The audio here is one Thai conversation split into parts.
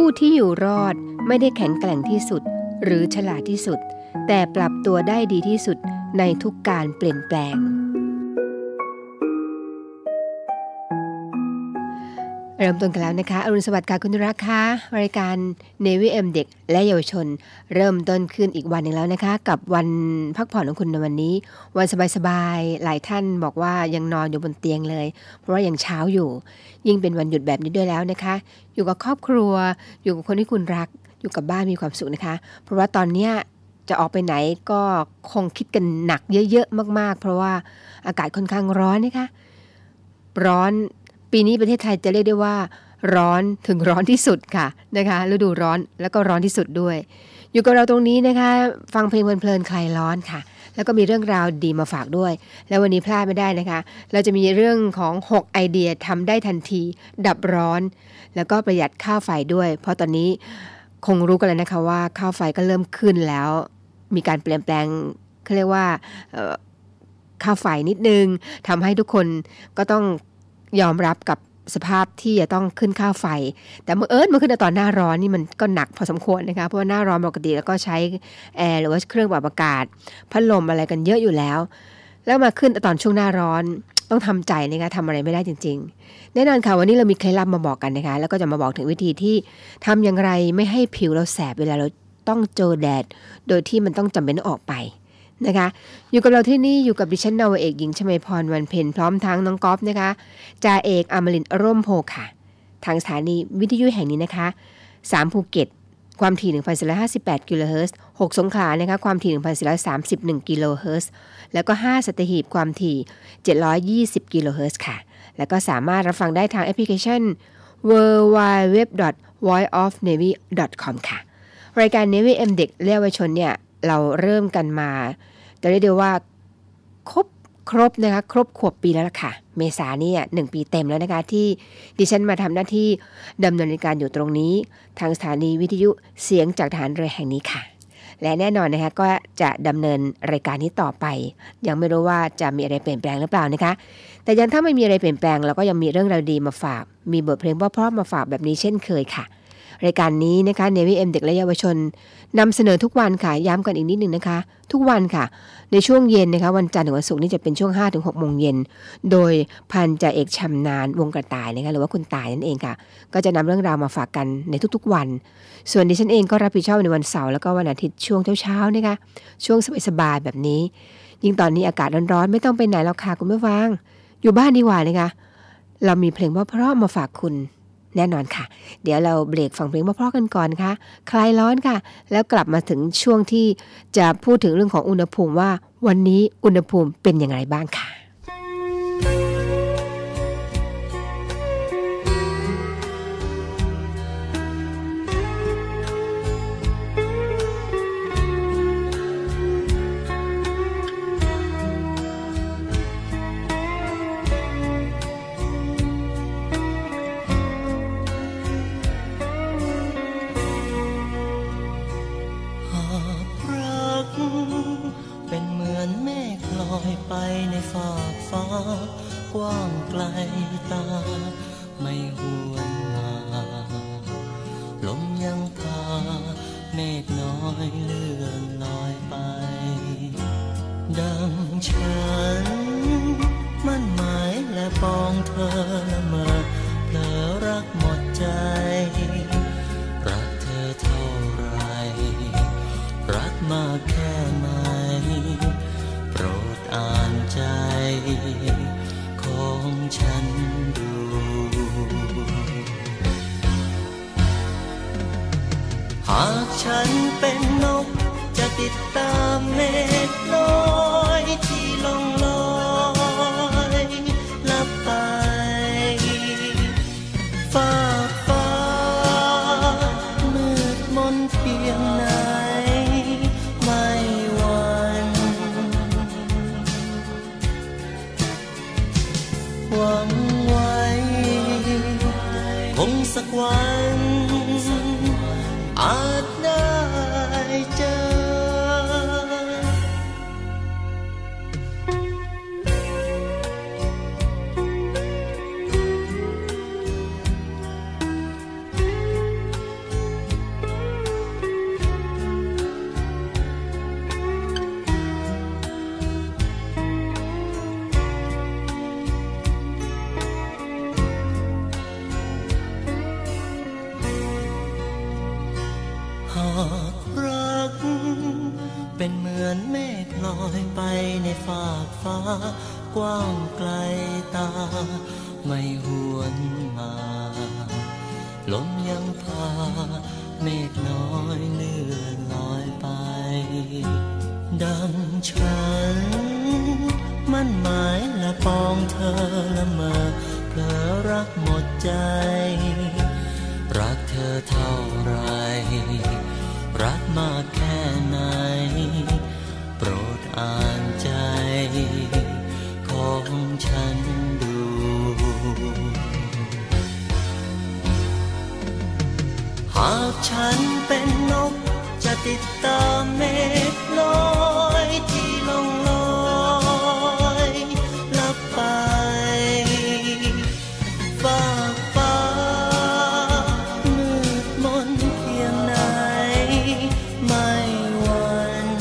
ผู้ที่อยู่รอดไม่ได้แข็งแกร่งที่สุดหรือฉลาดที่สุดแต่ปรับตัวได้ดีที่สุดในทุกการเปลี่ยนแปลงเริ่มต้นกันแล้วนะคะอรุณสวัสดิ์ค่ะคุณรักค่ะรายการ Navy M เด็กและเยาวชนเริ่มต้นขึ้นอีกวันหนึ่งแล้วนะคะกับวันพักผ่อนของคุณในวันนี้วันสบายๆหลายท่านบอกว่ายังนอนอยู่บนเตียงเลยเพราะว่ายังเช้าอยู่ยิ่งเป็นวันหยุดแบบนี้ด้วยแล้วนะคะอยู่กับครอบครัวอยู่กับคนที่คุณรักอยู่กับบ้านมีความสุขนะคะเพราะว่าตอนนี้จะออกไปไหนก็คงคิดกันหนักเยอะๆมากๆเพราะว่าอากาศค่อนข้างร้อนนะคะร้อนปีนี้ประเทศไทยจะเรียกได้ว่าร้อนถึงร้อนที่สุดค่ะนะคะฤดูร้อนแล้วก็ร้อนที่สุดด้วยอยู่กับเราตรงนี้นะคะฟังเพลงเพลินๆคลายร้อนค่ะแล้วก็มีเรื่องราวดีมาฝากด้วยแล้ววันนี้พลาดไม่ได้นะคะเราจะมีเรื่องของ6ไอเดียทำได้ทันทีดับร้อนแล้วก็ประหยัดค่าไฟด้วยเพราะตอนนี้คงรู้กันแล้วนะคะว่าค่าไฟก็เริ่มขึ้นแล้วมีการเปลี่ยนแปลงเขาเรียกว่าค่าไฟนิดนึงทำให้ทุกคนก็ต้องยอมรับกับสภาพที่จะต้องขึ้นค่าไฟแต่เมื่อขึ้นในตอนหน้าร้อนนี่มันก็หนักพอสมควรนะคะเพราะว่าหน้าร้อนปกติแล้วก็ใช้แอร์หรือว่าเครื่องปรับอากาศพัดลมอะไรกันเยอะอยู่แล้วแล้วมาขึ้นตอนช่วงหน้าร้อนต้องทำใจนะคะทำอะไรไม่ได้จริงๆแน่นอนค่ะวันนี้เรามีเคล็ดลับมาบอกกันนะคะแล้วก็จะมาบอกถึงวิธีที่ทำอย่างไรไม่ให้ผิวเราแสบเวลาเราต้องเจอแดดโดยที่มันต้องจำเป็นต้องออกไปนะคะอยู่กับเราที่นี่อยู่กับดิฉันนาวาเอกหญิงชมาพรวันเพ็ญพร้อมทั้งน้องก๊อฟนะคะจ่าเอกอมรินทร์ร่มโพค่ะทางสถานีวิทยุแห่งนี้นะคะ3ภูเก็ตความถี่ 1,458 กิโลเฮิรตซ์6สงขลานะคะความถี่ 1,431 กิโลเฮิรตซ์แล้วก็5สัตหีบความถี่720 กิโลเฮิรตซ์ค่ะแล้วก็สามารถรับฟังได้ทางแอปพลิเคชัน www.voiceofnavy.com ค่ะรายการ Navy M เด็กและเยาวชนเนี่ยเราเริ่มกันมาจะเรียกได้ว่าครบนะคะครบขวบปีแล้วล่ะค่ะเมษายนนี่1ปีเต็มแล้วนะคะที่ดิฉันมาทำหน้าที่ดำเนินรายการอยู่ตรงนี้ทางสถานีวิทยุเสียงจากทหารเรือแห่งนี้ค่ะและแน่นอนนะคะก็จะดำเนินรายการนี้ต่อไปยังไม่รู้ว่าจะมีอะไรเปลี่ยนแปลงหรือเปล่านะคะแต่ยังถ้าไม่มีอะไรเปลี่ยนแปลงเราก็ยังมีเรื่องราวดีมาฝากมีบทเพลงเพราะๆมาฝากแบบนี้เช่นเคยค่ะรายการนี้นะคะ Navy M เด็กและเยาวชนนำเสนอทุกวันค่ะย้ำกันอีกนิดนึงนะคะทุกวันค่ะในช่วงเย็นนะคะวันจันทร์ถึงวันศุกร์นี่จะเป็นช่วง 5-6 โมงเย็นโดยพันจ่าเอกชำนาญวงกระต่ายนะคะหรือว่าคุณต่ายนั่นเองค่ะก็จะนำเรื่องราวมาฝากกันในทุกๆวันส่วนดิฉันเองก็รับผิดชอบในวันเสาร์แล้วก็วันอาทิตย์ช่วงเช้าๆนะคะช่วงสบายๆแบบนี้ยิ่งตอนนี้อากาศร้อนๆไม่ต้องไปไหนแล้วค่ะคุณผู้ฟังอยู่บ้านดีกว่านะคะเรามีเพลงเพราะๆมาฝากคุณแน่นอนค่ะเดี๋ยวเราเบรกฟังเพลงเพราะๆกันก่อนค่ะคลายร้อนค่ะแล้วกลับมาถึงช่วงที่จะพูดถึงเรื่องของอุณหภูมิว่าวันนี้อุณหภูมิเป็นอย่างไรบ้างค่ะไปในฟากฟ้ากว้างไกลตาไม่หวนมาลมยังพาเมฆน้อยเลื่อนลอยไปดังฉันมั่นหมายและปองเธอละเมอเพลอรักหมดใจรักเธอเท่าไรรักมากแค่ไหนโปรดอ่านใจของฉันดูหากฉันเป็นนกจะติดตามเมฆน้อยที่ล่องลอยลับไปฟากฟ้ามืดมนเพียงไหนไม่หวั่นหวังไว้คงสักวันอาจได้เจอฟากฟ้ากว้างไกลตาไม่หวนมาลมยังพาเมฆน้อยเลื่อนลอยไปดังฉันมั่นหมายและปองเธอละเมอเพลอรักหมดใจรักเธอเท่าไรรักมากแค่ไหนโปรดอ่านใจของฉันดูหากฉันเป็นนกจะติดตามเมฆลอยที่ล่องลอยลับไปฟากฟ้ามืดมนเพียงไหนไม่หวั่น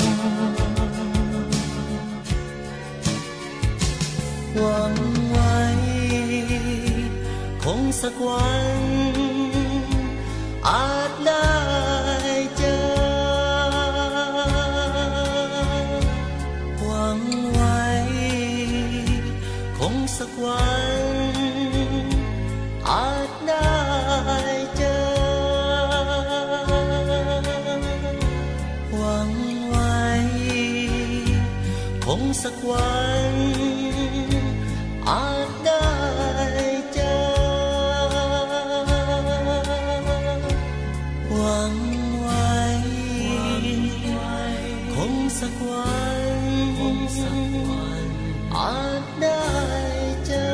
หวังไว้คงสักวันอาจได้เจอหวังไว้คงสักวันอาจได้เจอหวังไว้คงสักวันอาจได้เจอหวังไว้คงสักวันอาจได้เจอ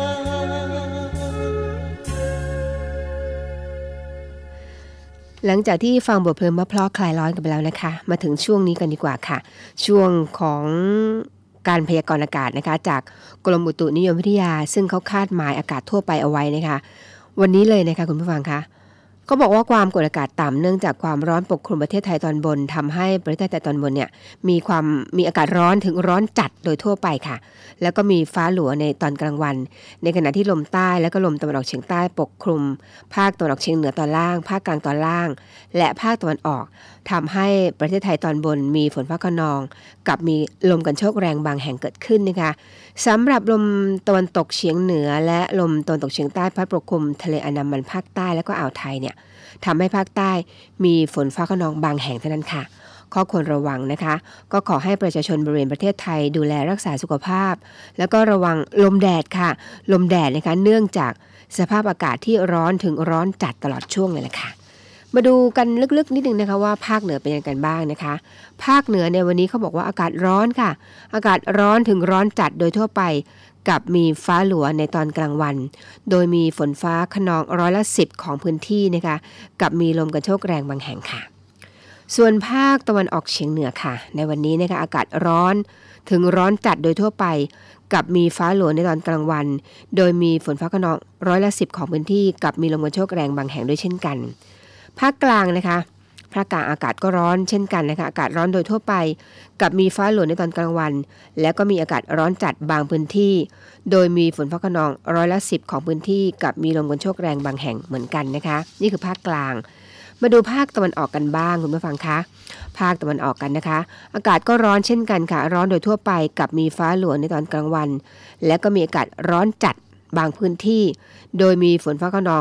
หลังจากที่ฟังบทเพลงเพราะๆคลายร้อนกันไปแล้วนะคะมาถึงช่วงนี้กันดีกว่าค่ะช่วงของการพยากรณ์อากาศนะคะจากกรมอุตุนิยมวิทยาซึ่งเขาคาดหมายอากาศทั่วไปเอาไว้นะคะวันนี้เลยนะคะคุณผู้ฟังคะก็บอกว่าความกดอากาศต่ำเนื่องจากความร้อนปกคลุมประเทศไทยตอนบนทำให้ประเทศไทยตอนบนเนี่ยมีอากาศร้อนถึงร้อนจัดโดยทั่วไปค่ะแล้วก็มีฟ้าหลัวในตอนกลางวันในขณะที่ลมใต้และก็ลมตะวันออกเฉียงใต้ปกคลุมภาคตะวันออกเฉียงเหนือตอนล่างภาคกลางตอนล่างและภาคตะวันออกทำให้ประเทศไทยตอนบนมีฝนฟ้าคะนองกับมีลมกันโชกแรงบางแห่งเกิดขึ้นนะคะสำหรับลมตะวันตกเฉียงเหนือและลมตะวันตกเฉียงใต้พัดปกคลุมทะเลอันดามันภาคใต้และก็อ่าวไทยเนี่ยทำให้ภาคใต้มีฝนฟ้าคะนองบางแห่งเท่านั้นค่ะข้อควรระวังนะคะก็ขอให้ประชาชนบริเวณประเทศไทยดูแลรักษาสุขภาพแล้วก็ระวังลมแดดค่ะลมแดดนะคะเนื่องจากสภาพอากาศที่ร้อนถึงร้อนจัดตลอดช่วงเลยล่ะค่ะมาดูกันลึกๆนิดนึงนะคะว่าภาคเหนือเป็นยังไงกันบ้างนะคะภาคเหนือในวันนี้เขาบอกว่าอากาศร้อนค่ะอากาศร้อนถึงร้อนจัดโดยทั่วไปกับมีฟ้าหลัวในตอนกลางวันโดยมีฝนฟ้าคะนอง10%ของพื้นที่นะคะกับมีลมกระโชกแรงบางแห่งค่ะส่วนภาคตะวันออกเฉียงเหนือค่ะในวันนี้นะคะอากาศร้อนถึงร้อนจัดโดยทั่วไปกับมีฟ้าหลัวในตอนกลางวันโดยมีฝนฟ้าคะนอง10%ของพื้นที่กับมีลมกระโชกแรงบางแห่งด้วยเช่นกันภาคกลางนะคะภาคกลางอากาศก็ร้อนเช่นกันนะคะอากาศร้อนโดยทั่วไปกับมีฟ้าหลัวในตอนกลางวันและก็มีอากาศร้อนจัดบางพื้นที่โดยมีฝนฟ้าคะนอง10%ของพื้นที่กับมีลมกันโชกแรงบางแห่งเหมือนกันนะคะนี่คือภาคกลางมาดูภาคตะวันออกกันบ้างคุณผู้ฟังคะภาคตะวันออกกันนะคะอากาศก็ร้อนเช่นกันค่ะร้อนโดยทั่วไปกับมีฟ้าหลัวในตอนกลางวันและก็มีอากาศร้อนจัดบางพื้นที่โดยมีฝนฟ้าคะนอง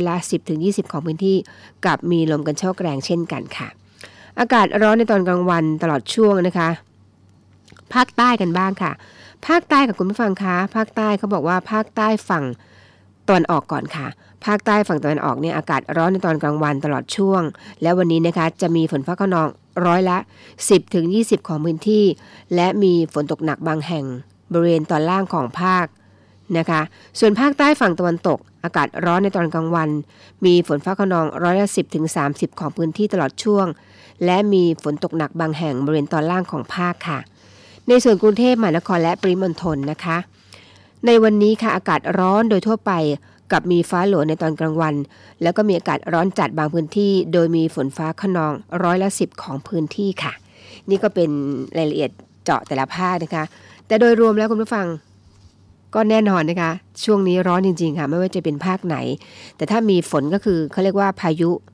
10-20%ของพื้นที่กับมีลมกันโชกแรงเช่นกันค่ะอากาศร้อนในตอนกลางวันตลอดช่วงนะคะภาคใต้กันบ้างค่ะภาคใต้กับคุณผู้ฟังคะภาคใต้เขาบอกว่าภาคใต้ฝั่งตะวันออกก่อนค่ะภาคใต้ฝั่งตะวันออกเนี่ยอากาศร้อนในตอนกลางวันตลอดช่วงและวันนี้นะคะจะมีฝนฟ้าคะนอง10-20%ของพื้นที่และมีฝนตกหนักบางแห่งบริเวณตอนล่างของภาคนะคะส่วนภาคใต้ฝั่งตะวันตกอากาศร้อนในตอนกลางวันมีฝนฟ้าคะนอง10-30%ของพื้นที่ตลอดช่วงและมีฝนตกหนักบางแห่งบริเวณตอนล่างของภาคค่ะในส่วนกรุงเทพมหานครและปริมณฑลนะคะในวันนี้ค่ะอากาศร้อนโดยทั่วไปกับมีฟ้าหลัวในตอนกลางวันแล้วก็มีอากาศร้อนจัดบางพื้นที่โดยมีฝนฟ้าคะนอง10%ของพื้นที่ค่ะนี่ก็เป็นรายละเอียดเจาะแต่ละภาคนะคะแต่โดยรวมแล้วคุณผู้ฟังก็แน่นอนนะคะช่วงนี้ร้อนจริงๆค่ะไม่ว่าจะเป็นภาคไหนแต่ถ้ามีฝนก็คือเขาเรียกว่าพายุ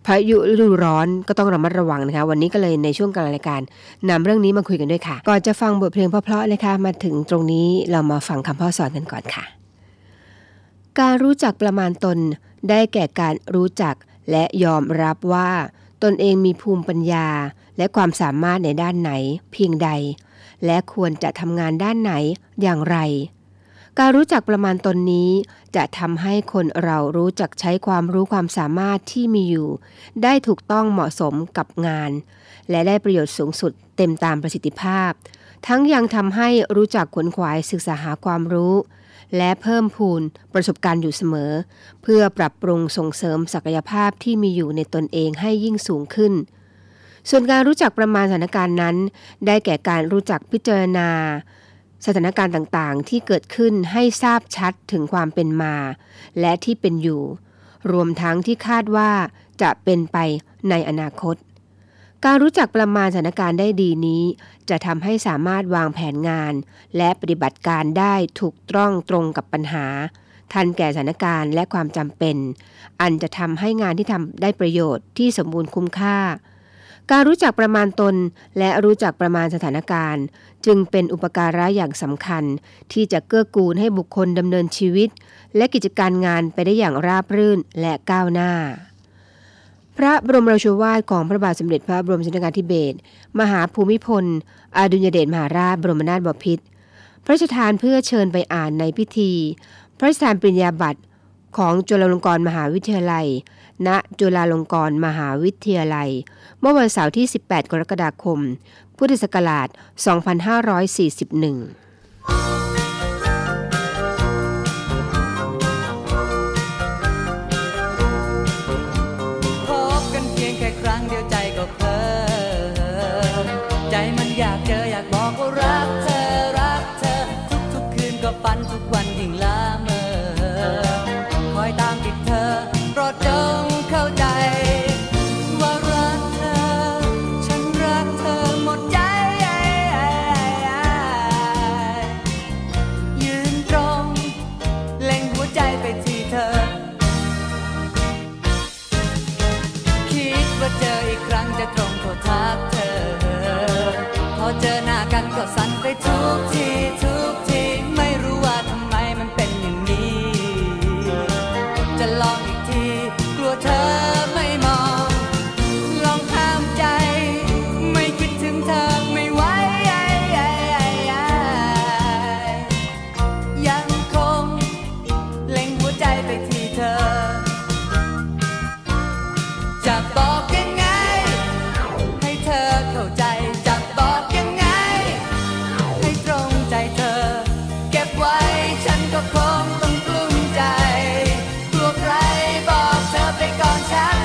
พายุฤดูร้อนก็ต้องระมัดระวังนะคะวันนี้ก็เลยในช่วงกลางรายการนำเรื่องนี้มาคุยกันด้วยค่ะก่อนจะฟังบทเพลงเพราะๆนะคะมาถึงตรงนี้เรามาฟังคำพ่อสอนกันก่อนค่ะการรู้จักประมาณตนได้แก่การรู้จักและยอมรับว่าตนเองมีภูมิปัญญาและความสามารถในด้านไหนเพียงใดและควรจะทำงานด้านไหนอย่างไรการรู้จักประมาณตนนี้จะทำให้คนเรารู้จักใช้ความรู้ความสามารถที่มีอยู่ได้ถูกต้องเหมาะสมกับงานและได้ประโยชน์สูงสุดเต็มตามประสิทธิภาพทั้งยังทำให้รู้จักขวนขวายศึกษาหาความรู้และเพิ่มพูนประสบการณ์อยู่เสมอเพื่อปรับปรุงส่งเสริมศักยภาพที่มีอยู่ในตนเองให้ยิ่งสูงขึ้นส่วนการรู้จักประมาณสถานการณ์นั้นได้แก่การรู้จักพิจารณาสถานการณ์ต่างๆที่เกิดขึ้นให้ทราบชัดถึงความเป็นมาและที่เป็นอยู่รวมทั้งที่คาดว่าจะเป็นไปในอนาคตการรู้จักประมาณสถานการณ์ได้ดีนี้จะทำให้สามารถวางแผนงานและปฏิบัติการได้ถูกต้องตรงกับปัญหาทันแก่สถานการณ์และความจำเป็นอันจะทำให้งานที่ทำได้ประโยชน์ที่สมบูรณ์คุ้มค่าการรู้จักประมาณตนและรู้จักประมาณสถานการณ์จึงเป็นอุปการะอย่างสำคัญที่จะเกื้อกูลให้บุคคลดำเนินชีวิตและกิจการงานไปได้อย่างราบรื่นและก้าวหน้าพระบรมราโชวาทของพระบาทสมเด็จพระบรมชนกาธิเบศรมหาภูมิพลอดุลยเดชมหาราชบรมนาถบพิตรพระราชทานเพื่อเชิญไปอ่านในพิธีพระราชทานปริญญาบัตรของจุฬาลงกรณ์มหาวิทยาลัยณจุฬาลงกรณ์มหาวิทยาลัยเมื่อวันเสาร์ที่18กรกฎาคมพุทธศักราช2541 ครั้งเดียวใจก็เพลินใจมันอยากเจออยากบอกว่ารักเธอรักเธอทุกคืนก็ฝันทุกวันยิ่งละเมอคอยตามติดเธอโปรดจงเข้าใจว่ารักเธอฉันรักเธอหมดใจยืนตรงเล็งหัวใจไปที่เธอเจออีกครั้งจะตรงโทรทักเธอพอเจอหน้ากันก็สั่นไปทุกทีไม่รู้ว่าทำไมมันเป็นอย่างนี้จะลองอีกทีกลัวเธอไม่มองลองห้ามใจไม่คิดถึงเธอไม่ไหวยังคงเล็งหัวใจไปที่เธอจะบอกยังไงให้เธอเข้าใจจะบอกยังไงให้ตรงใจเธอเก็บไว้ฉันก็คงต้องกลุ้มใจกลัวใครบอกเธอไปก่อนฉัน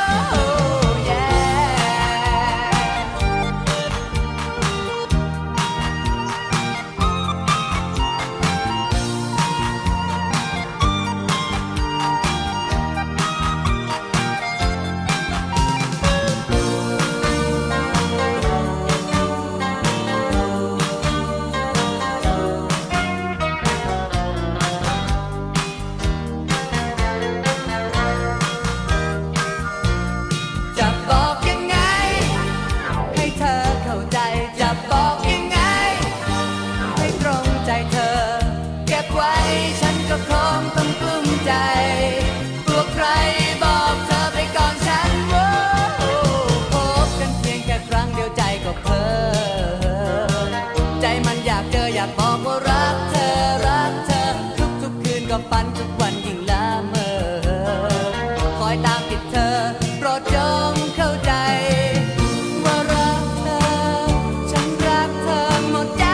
ฉันก็คงต้องกลุ้มใจกลัวใครบอกเธอไปก่อนฉันพบกันเพียงแค่ครั้งเดียวใจก็เพลินใจมันอยากเจออยากบอกว่ารักเธอรักเธอทุกคืนก็ฝันทุกวันยิ่งละเมอคอยตามติดเธอโปรดจงเข้าใจว่ารักเธอฉันรักเธอหมดใจ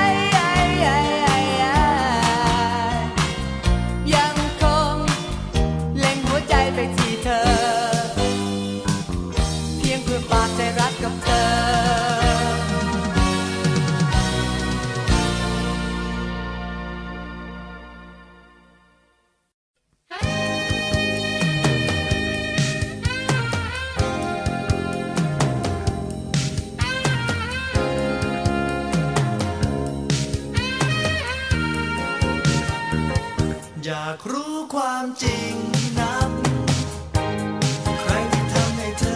ไปที่เธอเพียงเพื่อฝากใจรักกับเธออยากรู้ความจริงนักใครที่ทำให้เธอ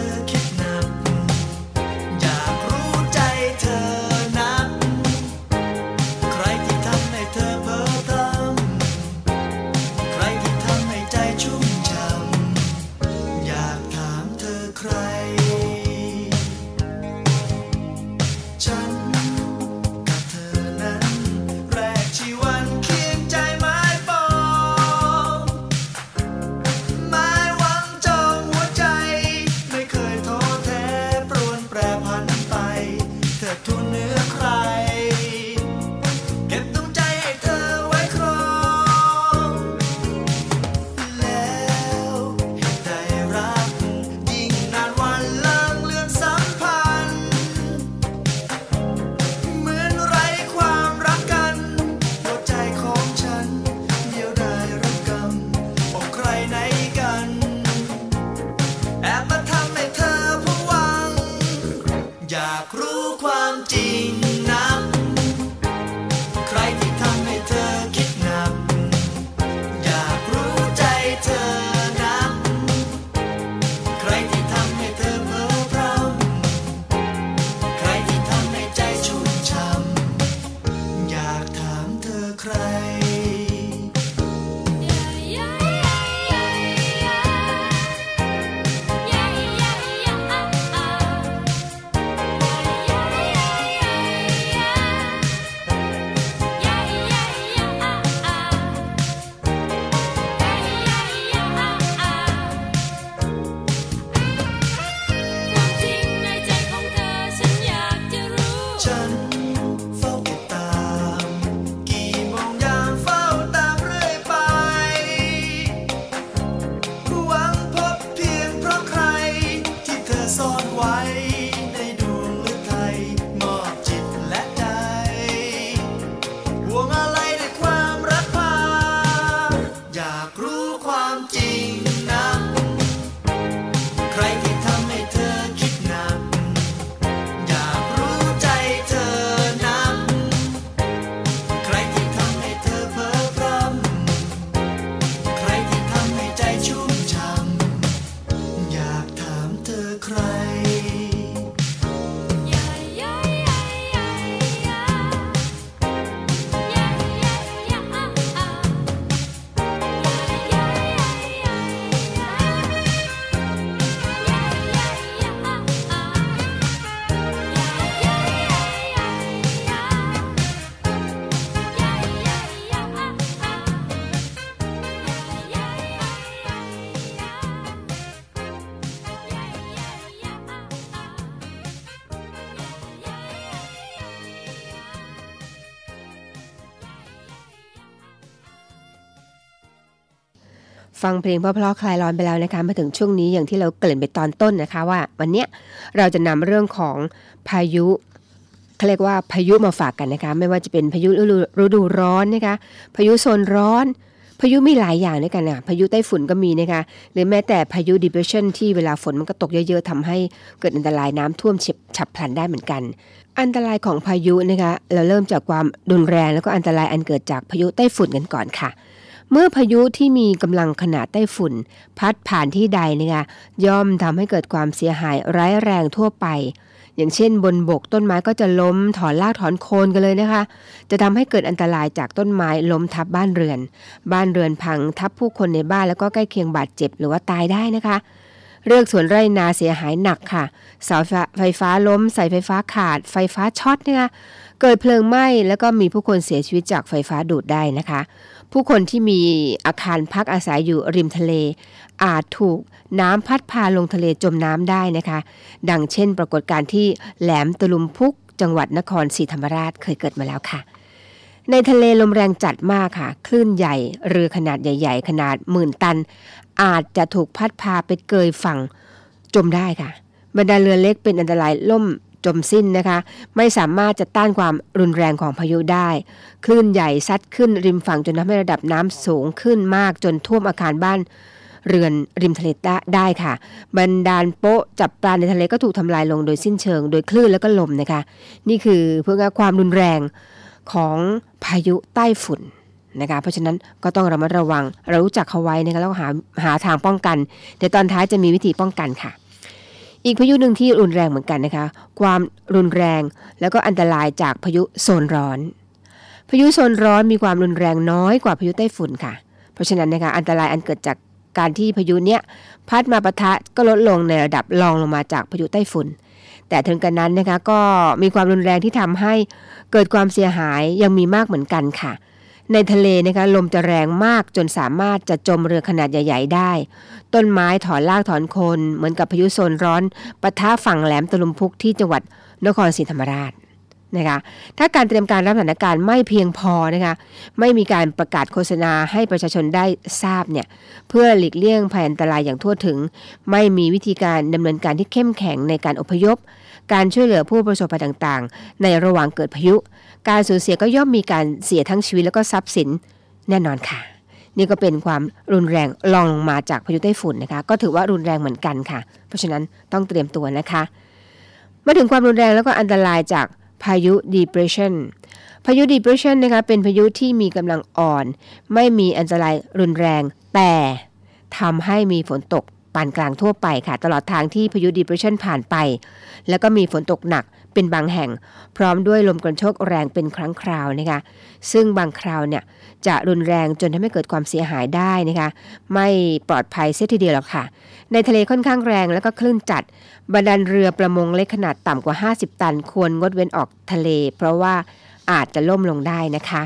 ฟังเพลงเพราะๆคลายร้อนไปแล้วนะคะมาถึงช่วงนี้อย่างที่เราเกริ่นไปตอนต้นนะคะว่าวันนี้เราจะนำเรื่องของพายุเขาเรียกว่าพายุมาฝากกันนะคะไม่ว่าจะเป็นพายุฤดูร้อนนะคะพายุโซนร้อนพายุมีหลายอย่างด้วยกันนะพายุไต้ฝุ่นก็มีนะคะหรือแม้แต่พายุ depression ที่เวลาฝนมันก็ตกเยอะๆทำให้เกิดอันตรายน้ำท่วมฉับพลันได้เหมือนกันอันตรายของพายุนะคะเราเริ่มจากความรุนแรงแล้วก็อันตรายอันเกิดจากพายุไต้ฝุ่นกันก่อนค่ะเมื่อพายุที่มีกำลังขนาดไต้ฝุ่นพัดผ่านที่ใดนะคะย่อมทำให้เกิดความเสียหายร้ายแรงทั่วไปอย่างเช่นบนบกต้นไม้ก็จะล้มถอนรากถอนโคนกันเลยนะคะจะทำให้เกิดอันตรายจากต้นไม้ล้มทับบ้านเรือนพังทับผู้คนในบ้านแล้วก็ใกล้เคียงบาดเจ็บหรือว่าตายได้นะคะเรือกสวนไร่นาเสียหายหนักค่ะเสาไฟฟ้าล้มสายไฟฟ้าขาดไฟฟ้าช็อตนะคะเกิดเพลิงไหม้แล้วก็มีผู้คนเสียชีวิตจากไฟฟ้าดูดได้นะคะผู้คนที่มีอาคารพักอาศัยอยู่ริมทะเลอาจถูกน้ำพัดพาลงทะเลจมน้ำได้นะคะดังเช่นปรากฏการณ์ที่แหลมตะลุมพุกจังหวัดนครศรีธรรมราชเคยเกิดมาแล้วค่ะในทะเลลมแรงจัดมากค่ะคลื่นใหญ่เรือขนาดใหญ่ๆขนาด10,000 ตันอาจจะถูกพัดพาไปเกยฝั่งจมได้ค่ะบรรดาเรือเล็กเป็นอันตรายล่มจมสิ้นนะคะไม่สามารถจะต้านความรุนแรงของพายุได้คลื่นใหญ่ซัดขึ้นริมฝั่งจนทำให้ระดับน้ำสูงขึ้นมากจนท่วมอาคารบ้านเรือนริมทะเลได้ค่ะบรรดาลโป๊ะจับปลาในทะเลก็ถูกทำลายลงโดยสิ้นเชิงโดยคลื่นแล้วก็ลมนะคะนี่คือเพื่อความรุนแรงของพายุใต้ฝุ่นนะคะเพราะฉะนั้นก็ต้องระมัดระวังเรารู้จักเขาไว้นะคะแล้วหาทางป้องกันเดี๋ยวตอนท้ายจะมีวิธีป้องกันค่ะอีกพายุหนึ่งที่รุนแรงเหมือนกันนะคะความรุนแรงแล้วก็อันตรายจากพายุโซนร้อนพายุโซนร้อนมีความรุนแรงน้อยกว่าพายุไต้ฝุ่นค่ะเพราะฉะนั้นนะคะอันตรายอันเกิดจากการที่พายุเนี้ยพัดมาปะทะก็ลดลงในระดับรองลงมาจากพายุไต้ฝุ่นแต่ถึงกระนั้นนะคะก็มีความรุนแรงที่ทำให้เกิดความเสียหายยังมีมากเหมือนกันค่ะในทะเลนะคะลมจะแรงมากจนสามารถจะจมเรือขนาดใหญ่ๆได้ต้นไม้ถอนรากถอนโคนเหมือนกับพายุโซนร้อนปะทะฝั่งแหลมตะลุมพุกที่จังหวัดนครศรีธรรมราชนะคะถ้าการเตรียมการรับสถานการณ์ไม่เพียงพอนะคะไม่มีการประกาศโฆษณาให้ประชาชนได้ทราบเนี่ยเพื่อหลีกเลี่ยงภัยอันตรายอย่างทั่วถึงไม่มีวิธีการดำเนินการที่เข้มแข็งในการอพยพการช่วยเหลือผู้ประสบภัยต่างๆในระหว่างเกิดพายุการสูญเสียก็ย่อมมีการเสียทั้งชีวิตแล้วก็ทรัพย์สินแน่นอนค่ะนี่ก็เป็นความรุนแรงรองลงมาจากพายุไต้ฝุ่นนะคะก็ถือว่ารุนแรงเหมือนกันค่ะเพราะฉะนั้นต้องเตรียมตัวนะคะมาถึงความรุนแรงแล้วก็อันตรายจากพายุ depression พายุ depression นะคะเป็นพายุที่มีกำลังอ่อนไม่มีอันตรายรุนแรงแต่ทำให้มีฝนตกปานกลางทั่วไปค่ะตลอดทางที่พายุ depression ผ่านไปแล้วก็มีฝนตกหนักเป็นบางแห่งพร้อมด้วยลมกระโชกแรงเป็นครั้งคราวนะคะซึ่งบางคราวเนี่ยจะรุนแรงจนทำให้เกิดความเสียหายได้นะคะไม่ปลอดภัยเสียทีเดียวหรอกค่ะในทะเลค่อนข้างแรงแล้วก็คลื่นจัดบรรดาเรือประมงเล็กขนาดต่ำกว่า50 ตันควรงดเว้นออกทะเลเพราะว่าอาจจะล่มลงได้นะคะ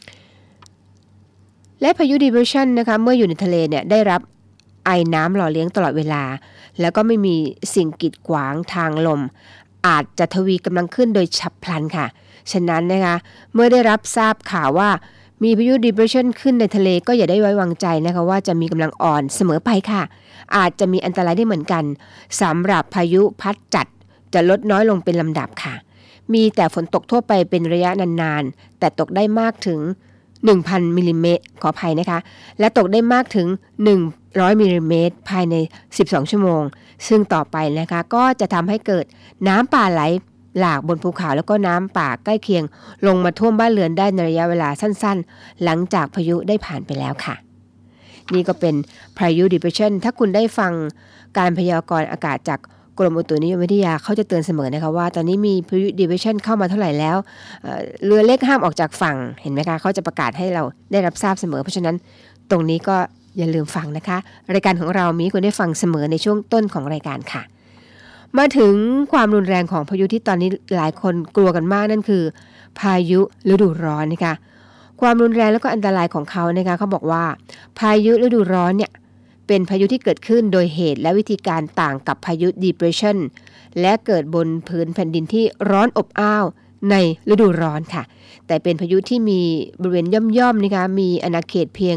และพายุ depression นะคะเมื่ออยู่ในทะเลเนี่ยได้รับไอน้ำหล่อเลี้ยงตลอดเวลาแล้วก็ไม่มีสิ่งกีดขวางทางลมอาจจะทวีกำลังขึ้นโดยฉับพลันค่ะฉะนั้นนะคะเมื่อได้รับทราบข่าวว่ามีพายุ depression ขึ้นในทะเลก็อย่าได้ไว้วางใจนะคะว่าจะมีกำลังอ่อนเสมอไปค่ะอาจจะมีอันตรายได้เหมือนกันสำหรับพายุพัดจัดจะลดน้อยลงเป็นลำดับค่ะมีแต่ฝนตกทั่วไปเป็นระยะนานๆแต่ตกได้มากถึง 1,000 มิลลิเมตรขออภัยนะคะและตกได้มากถึง100 มิลลิเมตรภายใน12 ชั่วโมงซึ่งต่อไปนะคะก็จะทำให้เกิดน้ำป่าไหลหลากบนภูเขาแล้วก็น้ำป่าใกล้เคียงลงมาท่วมบ้านเรือนได้ในระยะเวลาสั้นๆหลังจากพายุได้ผ่านไปแล้วค่ะนี่ก็เป็นพายุ depression ถ้าคุณได้ฟังการพยากรณ์อากาศจากกรมอุตุนิยมวิทยาเขาจะเตือนเสมอนะคะว่าตอนนี้มีพายุ depression เข้ามาเท่าไหร่แล้วเรือเล็กห้ามออกจากฝั่งเห็นไหมคะเขาจะประกาศให้เราได้รับทราบเสมอเพราะฉะนั้นตรงนี้ก็อย่าลืมฟังนะคะรายการของเรามีคุณได้ฟังเสมอในช่วงต้นของรายการค่ะมาถึงความรุนแรงของพายุที่ตอนนี้หลายคนกลัวกันมากนั่นคือพายุฤดูร้อนนะคะความรุนแรงแล้วก็อันตรายของเขานะคะเขาบอกว่าพายุฤดูร้อนเนี่ยเป็นพายุที่เกิดขึ้นโดยเหตุและวิธีการต่างกับพายุ depression และเกิดบนพื้นแผ่นดินที่ร้อนอบอ้าวในฤดูร้อนค่ะแต่เป็นพายุที่มีบริเวณย่อมๆนะคะมีอาณาเขตเพียง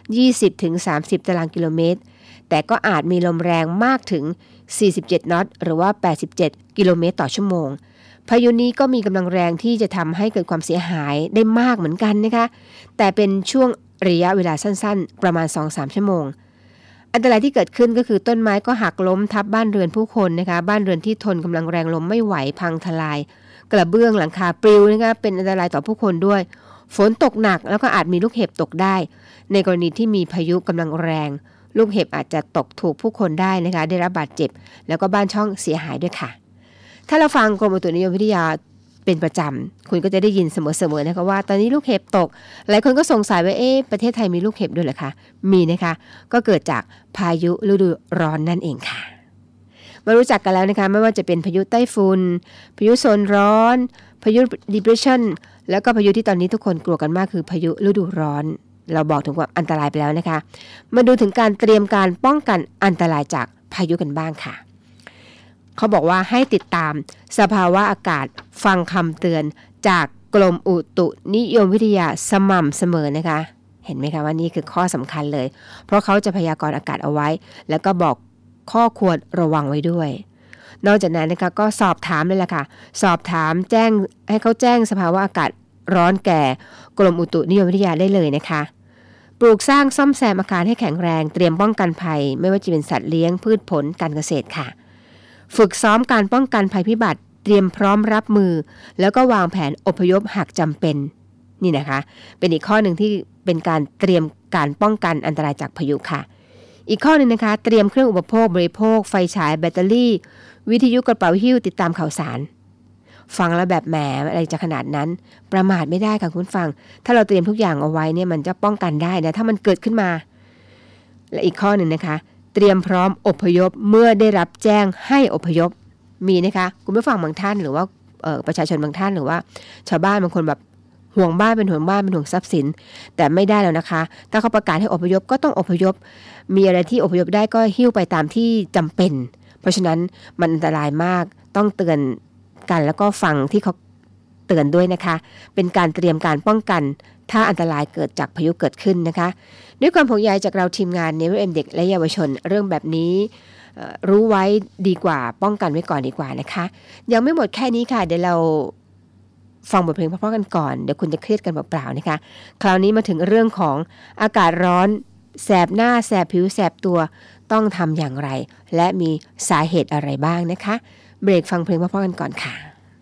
20-30 ตารางกิโลเมตรแต่ก็อาจมีลมแรงมากถึง47น็อตหรือว่า87กิโลเมตรต่อชั่วโมงพายุนี้ก็มีกำลังแรงที่จะทำให้เกิดความเสียหายได้มากเหมือนกันนะคะแต่เป็นช่วงระยะเวลาสั้นๆประมาณ 2-3 ชั่วโมงอันตรายที่เกิดขึ้นก็คือต้นไม้ก็หักล้มทับบ้านเรือนผู้คนนะคะบ้านเรือนที่ทนกำลังแรงลมไม่ไหวพังทลายกระเบื้องหลังคาปลิวนะคะเป็นอันตรายต่อผู้คนด้วยฝนตกหนักแล้วก็อาจมีลูกเห็บตกได้ในกรณีที่มีพายุกำลังแรงลูกเห็บอาจจะตกถูกผู้คนได้นะคะได้รับบาดเจ็บแล้วก็บ้านช่องเสียหายด้วยค่ะถ้าเราฟังกรมอุตุนิยมวิทยาเป็นประจำคุณก็จะได้ยินเสมอๆนะคะว่าตอนนี้ลูกเห็บตกหลายคนก็สงสัยว่าประเทศไทยมีลูกเห็บด้วยเหรอคะมีนะคะก็เกิดจากพายุฤดูร้อนนั่นเองค่ะมารู้จักกันแล้วนะคะไม่ว่าจะเป็นพายุไต้ฝุ่นพายุโซนร้อนพายุ depression แล้วก็พายุที่ตอนนี้ทุกคนกลัวกันมากคือพายุฤดูร้อนเราบอกถึงความอันตรายไปแล้วนะคะมาดูถึงการเตรียมการป้องกันอันตรายจากพายุกันบ้างค่ะเขาบอกว่าให้ติดตามสภาวะอากาศฟังคำเตือนจากกรมอุตุนิยมวิทยาสม่ำเสมอนะคะเห็นไหมคะว่านี่คือข้อสำคัญเลยเพราะเขาจะพยากรณ์อากาศเอาไว้แล้วก็บอกข้อควรระวังไว้ด้วยนอกจากนั้นนะคะก็สอบถามเลยล่ะค่ะสอบถามแจ้งให้เขาแจ้งสภาวะอากาศร้อนแก่กรมอุตุนิยมวิทยาได้เลยนะคะปลูกสร้างซ่อมแซมอาคารให้แข็งแรงเตรียมป้องกันภัยไม่ว่าจะเป็นสัตว์เลี้ยงพืชผลการเกษตรค่ะฝึกซ้อมการป้องกันภัยพิบัติเตรียมพร้อมรับมือแล้วก็วางแผนอพยพหากจำเป็นนี่นะคะเป็นอีกข้อหนึ่งที่เป็นการเตรียมการป้องกันอันตรายจากพายุค่ะอีกข้อหนึ่งนะคะเตรียมเครื่องอุปโภคบริโภคไฟฉายแบตเตอรี่วิทยุกระเป๋าหิ้วติดตามข่าวสารฟังแล้วแบบแหมอะไรจะขนาดนั้นประมาทไม่ได้ค่ะคุณฟังถ้าเราเตรียมทุกอย่างเอาไว้เนี่ยมันจะป้องกันได้นะถ้ามันเกิดขึ้นมาและอีกข้อหนึ่งนะคะเตรียมพร้อมอพยพเมื่อได้รับแจ้งให้อพยพมีนะคะคุณผู้ฟังบางท่านหรือว่าประชาชนบางท่านหรือว่าชาวบ้านบางคนแบบห่วงบ้านเป็นห่วงบ้านเป็นห่วงทรัพย์สินแต่ไม่ได้แล้วนะคะถ้าเขาประกาศให้อพยพก็ต้องอพยพมีอะไรที่อพยพได้ก็หิ้วไปตามที่จำเป็นเพราะฉะนั้นมันอันตรายมากต้องเตือนกันแล้วก็ฟังที่เขาเตือนด้วยนะคะเป็นการเตรียมการป้องกันถ้าอันตรายเกิดจากพายุเกิดขึ้นนะคะด้วยความห่วงใยจากเราทีมงาน NWM เด็กและเยาวชนเรื่องแบบนี้รู้ไว้ดีกว่าป้องกันไว้ก่อนดีกว่านะคะยังไม่หมดแค่นี้ค่ะเดี๋ยวเราฟังบทเพลงเพราะๆกันก่อนเดี๋ยวคุณจะเครียดกันเปล่าๆนะคะคราวนี้มาถึงเรื่องของอากาศร้อนแสบหน้าแสบผิวแสบตัวต้องทำอย่างไรและมีสาเหตุอะไรบ้างนะคะเบรกฟังเพลงเพราะๆกันก่อนค่ะ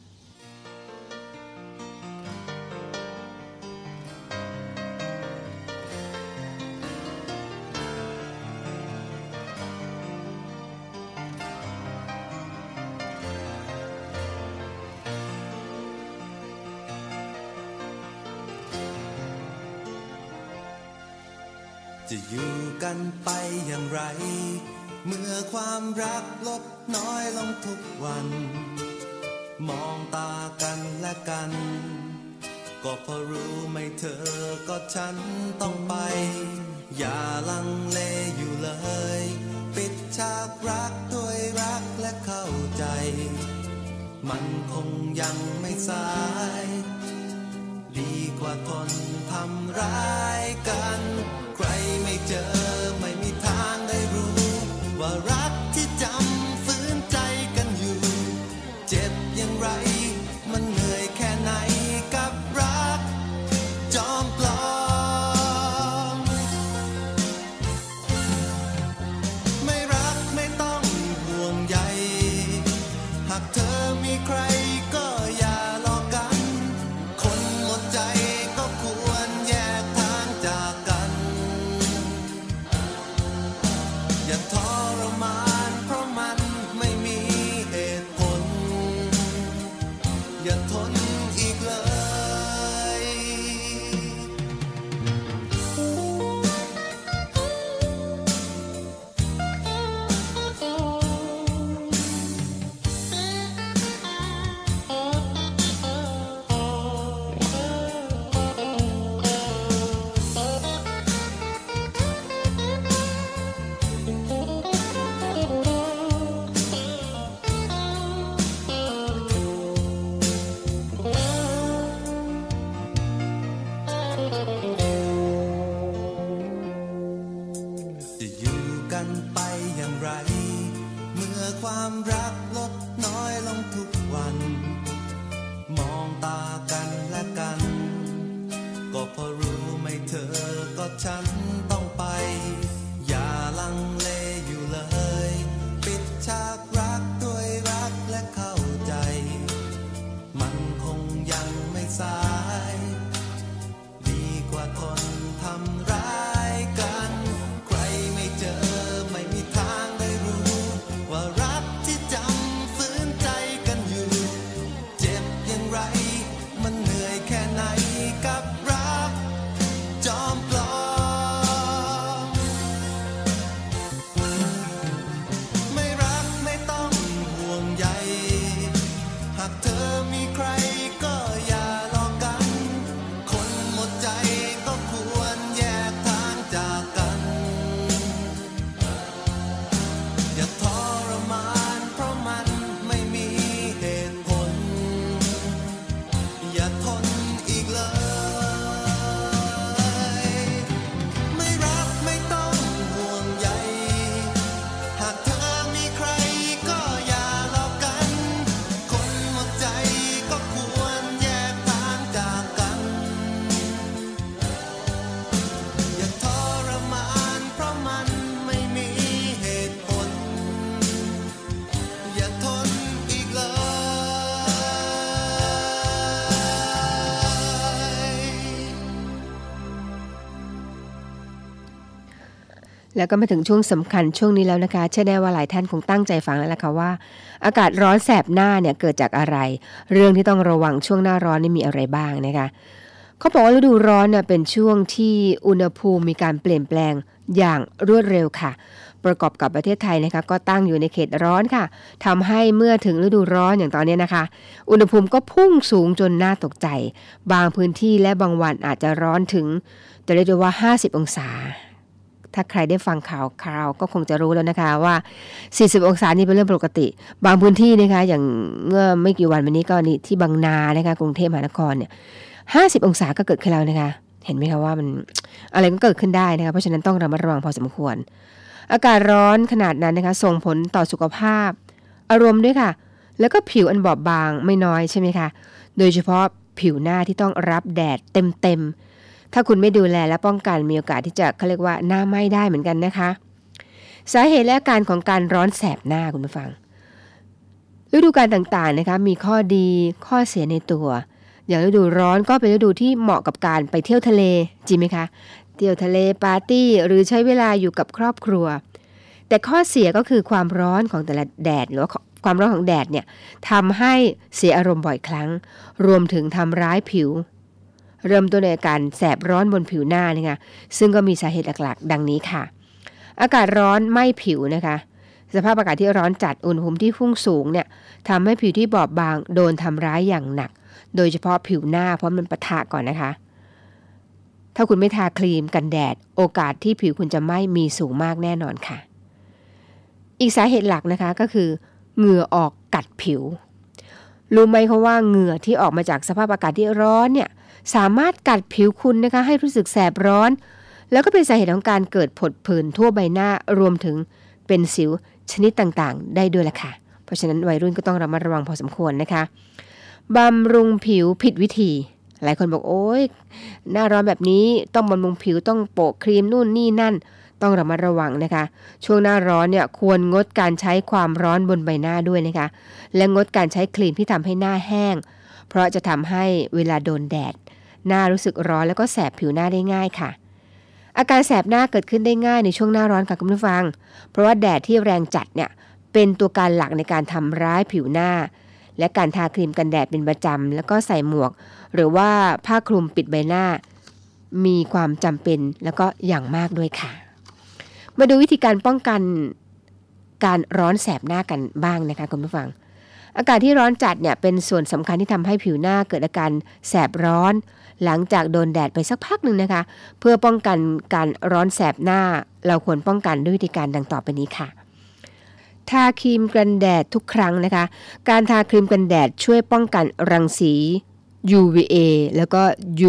จะอยู่กันไปอย่างไรเมื่อความรักลดน้อยลงทุกวันมองตากันและกันก็เพราะรู้ไม่เธอก็ฉันต้องไปอย่าลังเลอยู่เลยปิดฉากรักด้วยรักและเข้าใจมันคงยังไม่สายดีกว่าทนทำร้ายกันใครไม่เจอไม่มีทางได้รู้ว่ารักที่จำฝืนใจกันอยู่เจ็บอย่างไรมันเหนื่อยแค่ไหนกับรักจอมปลอมไม่รักไม่ต้องห่วงใยหากเธอมีใครก็อย่าหลอกกันคนหมดใจก็ควรแยกทางจากกันกันไปอย่างไรเมื่อความรักลดน้อยลงทุกวันมองตากันและกันก็พอรู้ไหมเธอก็ฉันต้องไปอย่าลังเลอยู่เลยปิดฉากรักด้วยรักและเข้าใจมันคงยังไม่สายดีกว่าทนทำร้ายกันใครไม่เจอไม่มีทางได้รู้ว่ารักที่จำฝืนใจกันอยู่เจ็บอย่างไรมันเหนื่อยแค่ไหนกับรักจอมปลอมไม่รักไม่ต้องห่วงใยหากเธอมีใครก็อย่าหลอกกันคนหมดใจก็ควรแยกทางจากกันอย่าทรมานเพราะมันไม่มีเหตุผลอย่าทนอีกเลยไม่รักไม่ต้องห่วงใยหากเธอมีใครก็อย่าหลอกกันคนหมดใจก็ควรแยกทางจากกันอย่าทรมานเพราะมันไม่มีเหตุผลอย่าทนอีกเลยแล้วก็มาถึงช่วงสำคัญช่วงนี้แล้วนะคะเชื่อแน่ว่าหลายท่านคงตั้งใจฟังแล้วล่ะค่ะว่าอากาศร้อนแสบหน้าเนี่ยเกิดจากอะไรเรื่องที่ต้องระวังช่วงหน้าร้อนนี่มีอะไรบ้างนะคะเขาบอกว่าฤดูร้อนเนี่ยเป็นช่วงที่อุณหภูมิมีการเปลี่ยนแปลงอย่างรวดเร็วค่ะประกอบกับประเทศไทยนะคะก็ตั้งอยู่ในเขตร้อนค่ะทำให้เมื่อถึงฤดูร้อนอย่างตอนนี้นะคะอุณหภูมิก็พุ่งสูงจนน่าตกใจบางพื้นที่และบางวันอาจจะร้อนถึงจะเรียกได้ว่า50องศาถ้าใครได้ฟังข่าวก็คงจะรู้แล้วนะคะว่า40องศานี่เป็นเรื่องปกติบางพื้นที่นะคะอย่างเมื่อไม่กี่วันมานี้ก็นี่ที่บางนานะคะกรุงเทพมหานครเนี่ย50องศาก็เกิดขึ้นแล้วนะคะเห็นไหมคะว่ามันอะไรก็เกิดขึ้นได้นะคะเพราะฉะนั้นต้องระมัดระวังพอสมควรอากาศร้อนขนาดนั้นนะคะส่งผลต่อสุขภาพอารมณ์ด้วยค่ะแล้วก็ผิวอันบอบบางไม่น้อยใช่ไหมคะโดยเฉพาะผิวหน้าที่ต้องรับแดดเต็มถ้าคุณไม่ดูแลและป้องกันมีโอกาสที่จะเขาเรียกว่าหน้าไหม้ได้เหมือนกันนะคะสาเหตุและอาการของการร้อนแสบหน้าคุณผู้ฟังฤดูกาลต่างๆนะคะมีข้อดีข้อเสียในตัวอย่างฤดูร้อนก็เป็นฤดูที่เหมาะกับการไปเที่ยวทะเลจริงไหมคะเที่ยวทะเลปาร์ตี้หรือใช้เวลาอยู่กับครอบครัวแต่ข้อเสียก็คือความร้อนของแต่ละแดดหรือว่าความร้อนของแดดเนี่ยทำให้เสียอารมณ์บ่อยครั้งรวมถึงทำร้ายผิวเริ่มต้นในอาการแสบร้อนบนผิวหน้านะคะซึ่งก็มีสาเหตุหลักๆดังนี้ค่ะอากาศร้อนไหม้ผิวนะคะสภาพอากาศที่ร้อนจัดอุณหภูมิที่พุ่งสูงเนี่ยทำให้ผิวที่บอบบางโดนทำร้ายอย่างหนักโดยเฉพาะผิวหน้าเพราะมันปะทะก่อนนะคะถ้าคุณไม่ทาครีมกันแดดโอกาสที่ผิวคุณจะไหม้มีสูงมากแน่นอนค่ะอีกสาเหตุหลักนะคะก็คือเหงื่อออกกัดผิวรู้ไหมคะว่าเหงื่อที่ออกมาจากสภาพอากาศที่ร้อนเนี่ยสามารถกัดผิวคุณนะคะให้รู้สึกแสบร้อนแล้วก็เป็นสาเหตุของการเกิดผดผื่นทั่วใบหน้ารวมถึงเป็นสิวชนิดต่างๆได้ด้วยล่ะค่ะเพราะฉะนั้นวัยรุ่นก็ต้องระมัดระวังพอสมควรนะคะบำรุงผิวผิดวิธีหลายคนบอกโอ๊ยหน้าร้อนแบบนี้ต้องบำรุงผิวต้องโปะครีมนู่นนี่นั่นต้องระมัดระวังนะคะช่วงหน้าร้อนเนี่ยควรงดการใช้ความร้อนบนใบหน้าด้วยนะคะและงดการใช้ครีมที่ทำให้หน้าแห้งเพราะจะทำให้เวลาโดนแดดหน้ารู้สึกร้อนแล้วก็แสบผิวหน้าได้ง่ายค่ะอาการแสบหน้าเกิดขึ้นได้ง่ายในช่วงหน้าร้อนค่ะคุณผู้ฟังเพราะว่าแดดที่แรงจัดเนี่ยเป็นตัวการหลักในการทำร้ายผิวหน้าและการทาครีมกันแดดเป็นประจำแล้วก็ใส่หมวกหรือว่าผ้าคลุมปิดใบหน้ามีความจำเป็นแล้วก็อย่างมากด้วยค่ะมาดูวิธีการป้องกันการร้อนแสบหน้ากันบ้างนะคะคุณผู้ฟังอากาศที่ร้อนจัดเนี่ยเป็นส่วนสำคัญที่ทำให้ผิวหน้าเกิดอาการแสบร้อนหลังจากโดนแดดไปสักพักหนึ่งนะคะเพื่อป้องกันการร้อนแสบหน้าเราควรป้องกันด้วยวิธีการดังต่อไปนี้ค่ะทาครีมกันแดดทุกครั้งนะคะการทาครีมกันแดดช่วยป้องกันรังสี UVA แล้วก็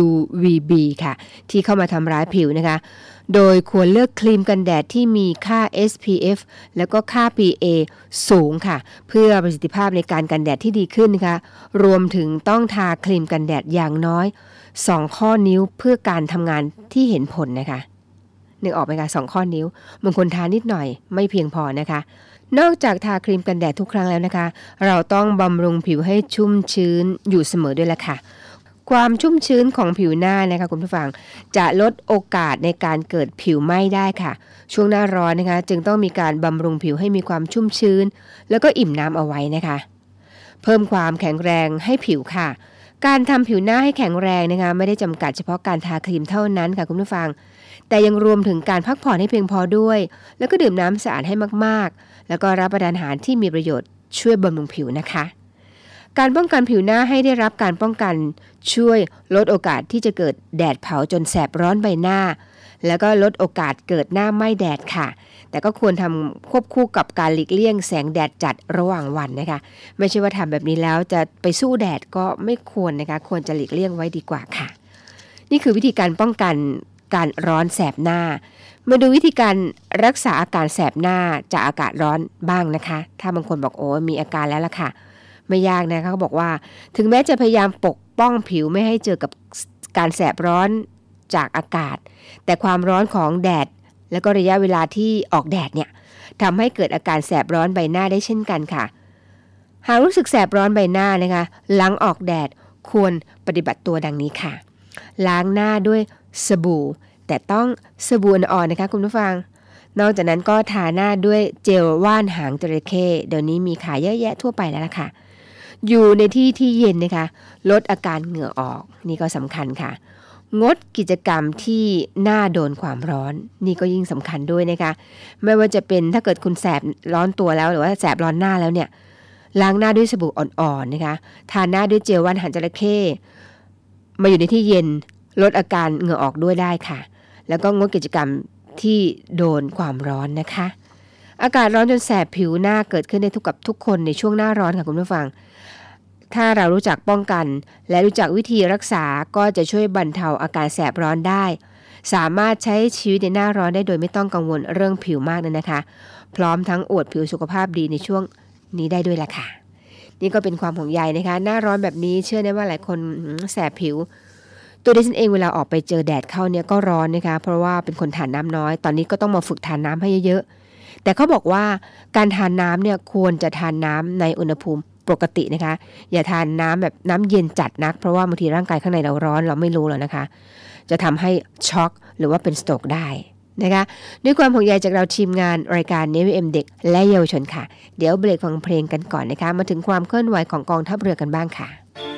UVB ค่ะที่เข้ามาทำร้ายผิวนะคะโดยควรเลือกครีมกันแดดที่มีค่า SPF แล้วก็ค่า PA สูงค่ะเพื่อประสิทธิภาพในการกันแดดที่ดีขึ้นนะคะรวมถึงต้องทาครีมกันแดดอย่างน้อย2ข้อนิ้วเพื่อการทำงานที่เห็นผลนะคะนึกออกไหมคะ2ข้อนิ้วบางคนทานิดหน่อยไม่เพียงพอนะคะนอกจากทาครีมกันแดดทุกครั้งแล้วนะคะเราต้องบำรุงผิวให้ชุ่มชื้นอยู่เสมอด้วยละค่ะความชุ่มชื้นของผิวหน้านะคะคุณผู้ฟังจะลดโอกาสในการเกิดผิวไหม้ได้ค่ะช่วงหน้าร้อนนะคะจึงต้องมีการบำรุงผิวให้มีความชุ่มชื้นแล้วก็อิ่มน้ำเอาไว้นะคะเพิ่มความแข็งแรงให้ผิวค่ะการทำผิวหน้าให้แข็งแรงนะคะไม่ได้จำกัดเฉพาะการทาครีมเท่านั้นค่ะคุณผู้ฟังแต่ยังรวมถึงการพักผ่อนให้เพียงพอด้วยแล้วก็ดื่มน้ำสะอาดให้มากๆแล้วก็รับประทานอาหารที่มีประโยชน์ช่วยบำรุงผิวนะคะการป้องกันผิวหน้าให้ได้รับการป้องกันช่วยลดโอกาสที่จะเกิดแดดเผาจนแสบร้อนใบหน้าแล้วก็ลดโอกาสเกิดหน้าไหม้แดดค่ะแต่ก็ควรทำควบคู่กับการหลีกเลี่ยงแสงแดดจัดระหว่างวันนะคะไม่ใช่ว่าทำแบบนี้แล้วจะไปสู้แดดก็ไม่ควรนะคะควรจะหลีกเลี่ยงไว้ดีกว่าค่ะนี่คือวิธีการป้องกันการร้อนแสบหน้ามาดูวิธีการรักษาอาการแสบหน้าจากอากาศร้อนบ้างนะคะถ้าบางคนบอกโอ้มีอาการแล้วล่ะค่ะไม่ยากนะคะเขาบอกว่าถึงแม้จะพยายามปกป้องผิวไม่ให้เจอกับการแสบร้อนจากอากาศแต่ความร้อนของแดดแล้วก็ระยะเวลาที่ออกแดดเนี่ยทำให้เกิดอาการแสบร้อนใบหน้าได้เช่นกันค่ะหากรู้สึกแสบร้อนใบหน้านะคะหลังออกแดดควรปฏิบัติตัวดังนี้ค่ะล้างหน้าด้วยสบู่แต่ต้องสบู่อ่อนๆนะคะคุณผู้ฟังนอกจากนั้นก็ทาหน้าด้วยเจลว่านหางจระเข้เดี๋ยวนี้มีขายเยอะแยะทั่วไปแล้วล่ะค่ะอยู่ในที่ที่เย็นนะคะลดอาการเหงื่อออกนี่ก็สำคัญค่ะงดกิจกรรมที่หน้าโดนความร้อนนี่ก็ยิ่งสำคัญด้วยนะคะไม่ว่าจะเป็นถ้าเกิดคุณแสบร้อนตัวแล้วหรือว่าแสบร้อนหน้าแล้วเนี่ยล้างหน้าด้วยสบู่อ่อนๆนะคะทาหน้าด้วยเจลว่านหางจระเข้มาอยู่ในที่เย็นลดอาการเหงื่อออกด้วยได้ค่ะแล้วก็งดกิจกรรมที่โดนความร้อนนะคะอากาศร้อนจนแสบผิวหน้าเกิดขึ้นได้ทุกคนในช่วงหน้าร้อนค่ะคุณผู้ฟังถ้าเรารู้จักป้องกันและรู้จักวิธีรักษาก็จะช่วยบรรเทาอาการแสบร้อนได้สามารถใช้ชีวิตในหน้าร้อนได้โดยไม่ต้องกังวลเรื่องผิวมากเลยนะคะพร้อมทั้งอวดผิวสุขภาพดีในช่วงนี้ได้ด้วยล่ะค่ะนี่ก็เป็นความห่วงใยนะคะหน้าร้อนแบบนี้เชื่อได้ว่าหลายคนแสบผิวตัวดิฉันเองเวลาออกไปเจอแดดเข้าเนี่ยก็ร้อนนะคะเพราะว่าเป็นคนทานน้ำน้อยตอนนี้ก็ต้องมาฝึกทานน้ำให้เยอะๆแต่เขาบอกว่าการทานน้ำเนี่ยควรจะทานน้ำในอุณหภูมิปกตินะคะอย่าทานน้ำแบบน้ำเย็นจัดนักเพราะว่าบางทีร่างกายข้างในเราร้อนเราไม่รู้หรอกนะคะจะทำให้ช็อกหรือว่าเป็นสโตรกได้นะคะด้วยความห่วงใยจากเราทีมงานรายการ Navy AM เด็กและเยาวชนค่ะเดี๋ยวเบรกฟังเพลงกันก่อนนะคะมาถึงความเคลื่อนไหวของกองทัพเรือกันบ้างค่ะ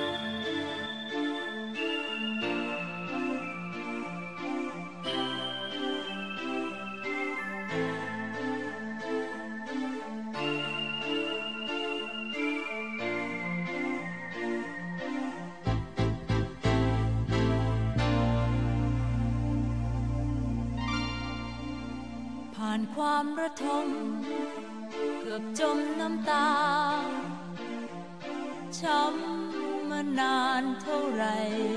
ความระทมเกือบจมน้ำตาช้ำมานานเท่าไร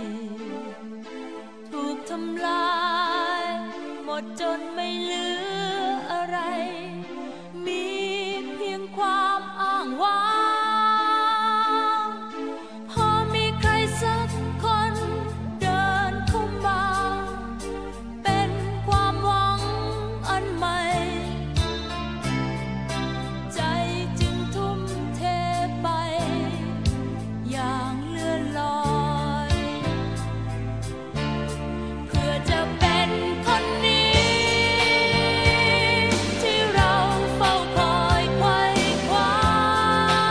ถูกทำลายหมดจนไม่เหลืออะไรมีเพียงความอ้างว้างพอมีใครสักคนเดินเข้ามาเป็นความหวังอันใหม่ใจจึงทุ่มเทไปอย่างเลื่อนลอยเพื่อจะเป็นคนนี้ที่เราเฝ้าคอยไขว่คว้า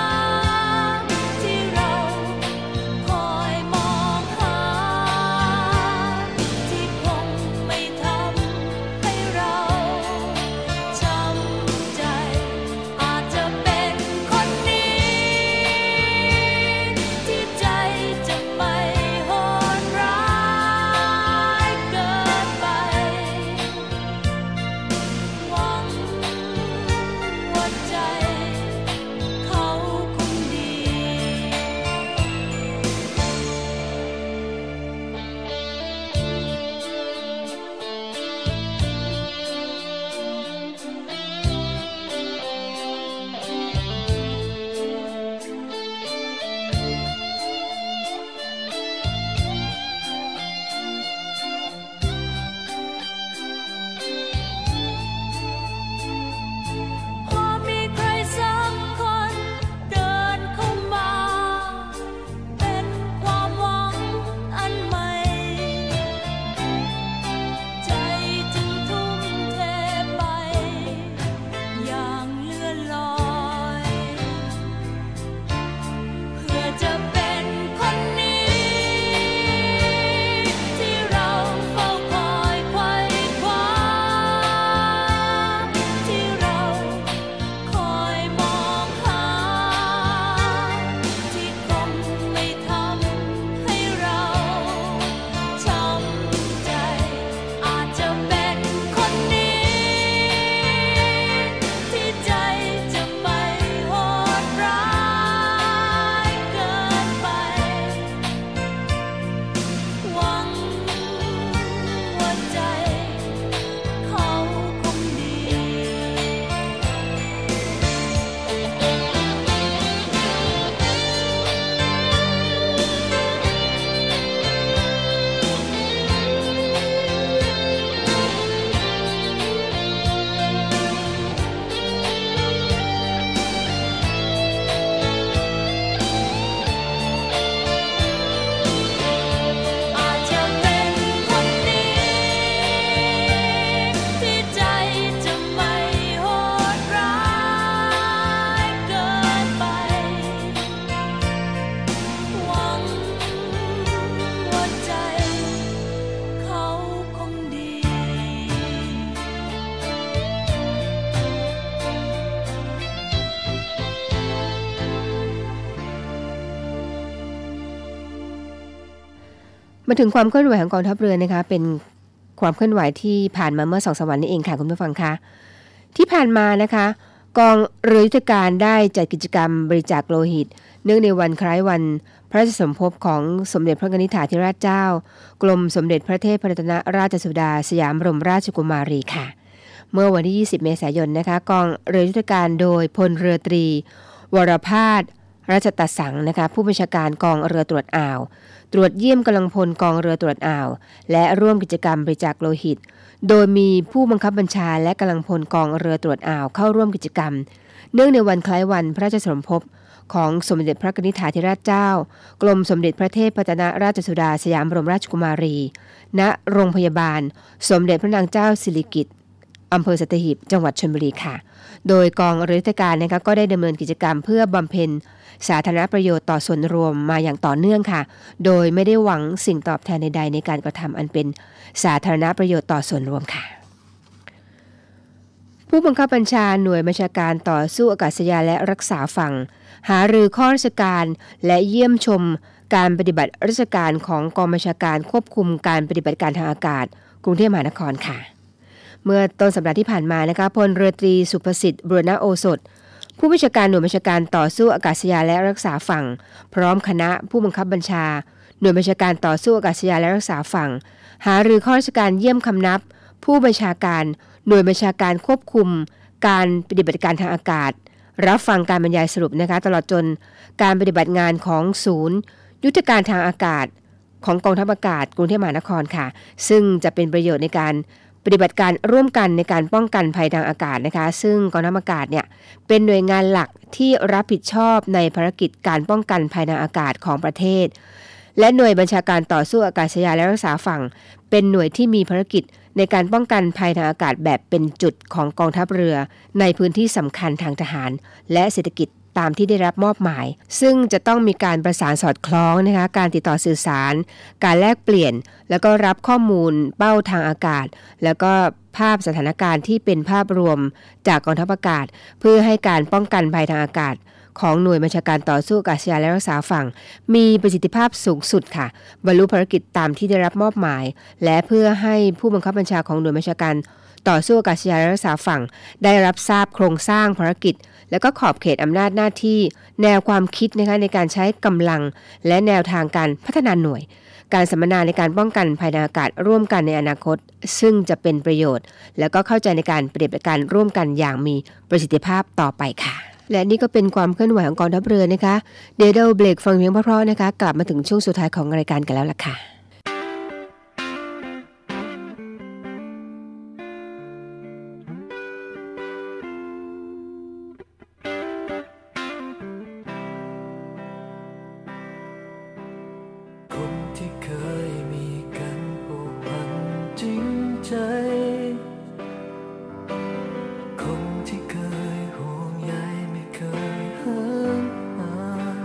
มาถึงความเคลื่อนไหวของกองทัพเรือนะคะเป็นความเคลื่อนไหวที่ผ่านมาเมื่อ2-3 วันนี้เองค่ะคุณผู้ฟังคะที่ผ่านมานะคะกองเรือยุทธการได้จัดกิจกรรมบริจาคโลหิตเนื่องในวันคล้ายวันพระราชสมภพของสมเด็จพระนิธิถาธิราชเจ้ากรมสมเด็จพระเทพรัตนราชสุดาสยามบรมราชกุมารีค่ะเมื่อวันที่20 เมษายนนะคะกองเรือยุทธการโดยพลเรือตรีวรภาสรัชตสังนะคะผู้บัญชาการกองเรือตรวจอ่าวตรวจเยี่ยมกำลังพลกองเรือตรวจอ่าวและร่วมกิจกรรมบริจาคโลหิตโดยมีผู้บังคับบัญชาและกำลังพลกองเรือตรวจอ่าวเข้าร่วมกิจกรรมเนื่องในวันคล้ายวันพระราชสมภพของสมเด็จพระนิธิถาธิราชเจ้ากรมสมเด็จพระเทพรัตนราชสุดาสยามบรมราชกุมารีณโรงพยาบาลสมเด็จพระนางเจ้าสิริกิติ์อำเภอสัตหีบจังหวัดชลบุรีค่ะโดยกองเรือยุทธการนะคะก็ได้ดำเนินกิจกรรมเพื่อบำเพ็ญสาธารณประโยชน์ต่อส่วนรวมมาอย่างต่อเนื่องค่ะโดยไม่ได้หวังสิ่งตอบแทนใดๆในการกระทำอันเป็นสาธารณประโยชน์ต่อส่วนรวมค่ะผู้บังคับบัญชาหน่วยบัญชาการต่อสู้อากาศยานและรักษาฝั่งหารือข้อราชการและเยี่ยมชมการปฏิบัติราชการของกองบัญชาการควบคุมการปฏิบัติการทางอากาศกรุงเทพมหานครค่ะเมื่อต้นสัปดาห์ที่ผ่านมานะคะพลเรือตรีสุภสิทธิ์บุรณโอสถผู้บัญชาการหน่วยบัญชาการต่อสู้อากาศยานและรักษาฝั่งพร้อมคณะผู้บังคับบัญชาหน่วยบัญชาการต่อสู้อากาศยานและรักษาฝั่งหารือข้อราชการเยี่ยมคำนับผู้บัญชาการหน่วยบัญชาการควบคุมการปฏิบัติการทางอากาศรับฟังการบรรยายสรุปนะคะตลอดจนการปฏิบัติงานของศูนย์ยุทธการทางอากาศของกองทัพอากาศกรุงเทพมหานครค่ะซึ่งจะเป็นประโยชน์ในการปฏิบัติการร่วมกันในการป้องกันภัยทางอากาศนะคะซึ่งกองทัพอากาศเนี่ยเป็นหน่วยงานหลักที่รับผิดชอบในภารกิจการป้องกันภัยทางอากาศของประเทศและหน่วยบัญชาการต่อสู้อากาศยานและรักษาฝั่งเป็นหน่วยที่มีภารกิจในการป้องกันภัยทางอากาศแบบเป็นจุดของกองทัพเรือในพื้นที่สำคัญทางทหารและเศรษฐกิจตามที่ได้รับมอบหมายซึ่งจะต้องมีการประสานสอดคล้องนะคะการติดต่อสื่อสารการแลกเปลี่ยนแล้วก็รับข้อมูลเป้าทางอากาศแล้วก็ภาพสถานการณ์ที่เป็นภาพรวมจากกองทัพอากาศเพื่อให้การป้องกันภัยทางอากาศของหน่วยบัญชาการต่อสู้อากาศยานและรักษาฝั่งมีประสิทธิภาพสูงสุดค่ะบรรลุภารกิจตามที่ได้รับมอบหมายและเพื่อให้ผู้บังคับบัญชาของหน่วยบัญชาการต่อสู้อากาศยานและรักษาฝั่งได้รับทราบโครงสร้างภารกิจและก็ขอบเขตอำนาจหน้าที่แนวความคิดนะคะในการใช้กำลังและแนวทางการพัฒนาหน่วยการสัมมนาในการป้องกันภัยทางอากาศร่วมกันในอนาคตซึ่งจะเป็นประโยชน์และก็เข้าใจในการปฏิบัติการร่วมกันอย่างมีประสิทธิภาพต่อไปค่ะและนี่ก็เป็นความเคลื่อนไหวของกองทัพเรือนะคะเดี๋ยวเราเบรกฟังเพลงเพราะๆนะคะกลับมาถึงช่วงสุดท้ายของรายการกันแล้วล่ะค่ะคนที่เคยมีกันผูกพันจริงใจคนที่เคยห่วงใยไม่เคยห่างหาย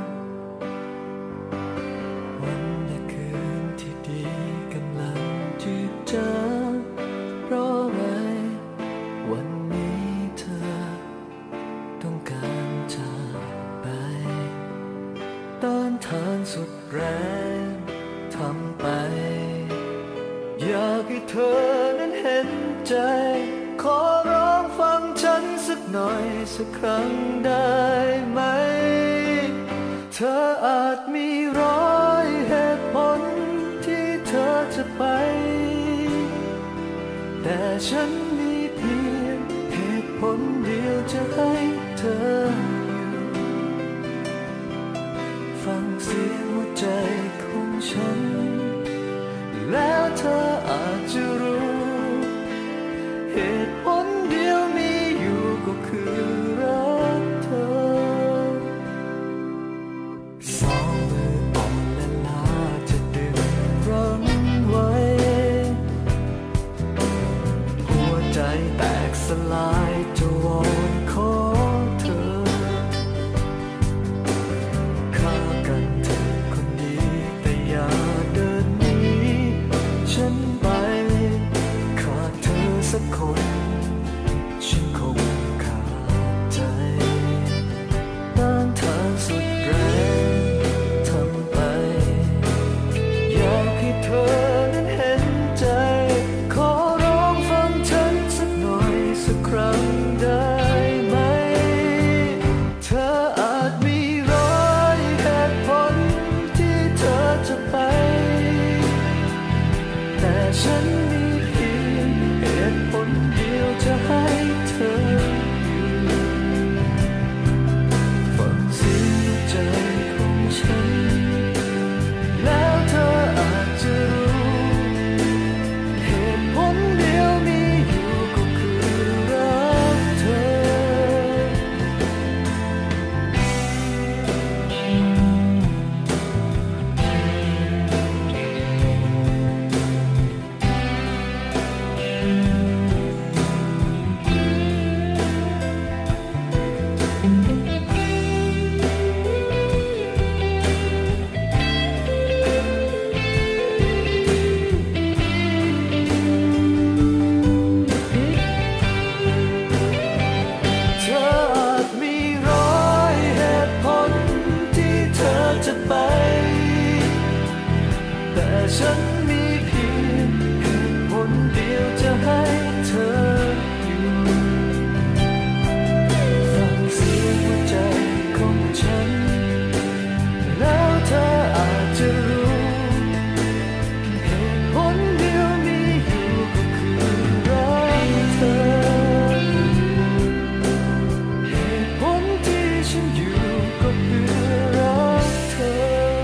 วันและคืนที่ดีกำลังจืดจางเพราะไงวันนี้เธอต้องการจากไปต้านทานสุดแรงทำไปอยากให้เธอนั้นเห็นใจขอร้องฟังฉันสักหน่อยสักครั้งได้ไหมเธออาจมีร้อยเหตุผลที่เธอจะไปแต่ฉันมีเพียงเหตุผลเดียวจะให้เธออยู่ฟังเสียงหัวใจของฉันแล้วเธออาจจะรู้เหตุผลเดียวมีอยู่ก็คือรักเธอสองมืออ่อนและล้าจะดึงรั้งไว้หัวใจแตกสลายจะวอนขอเธอฆ่ากันเถอะคนดีแต่อย่าเดินหนีฉันไปฉันมีเพียงเหตุผลเดียวจะให้เธออยู่ฟังเสียงหัวใจของฉันแล้วเธออาจจะรู้เหตุผลเดียวมีอยู่ก็คือรักเธอเหตุผลที่ฉันอยู่ก็เพื่อรักเธอ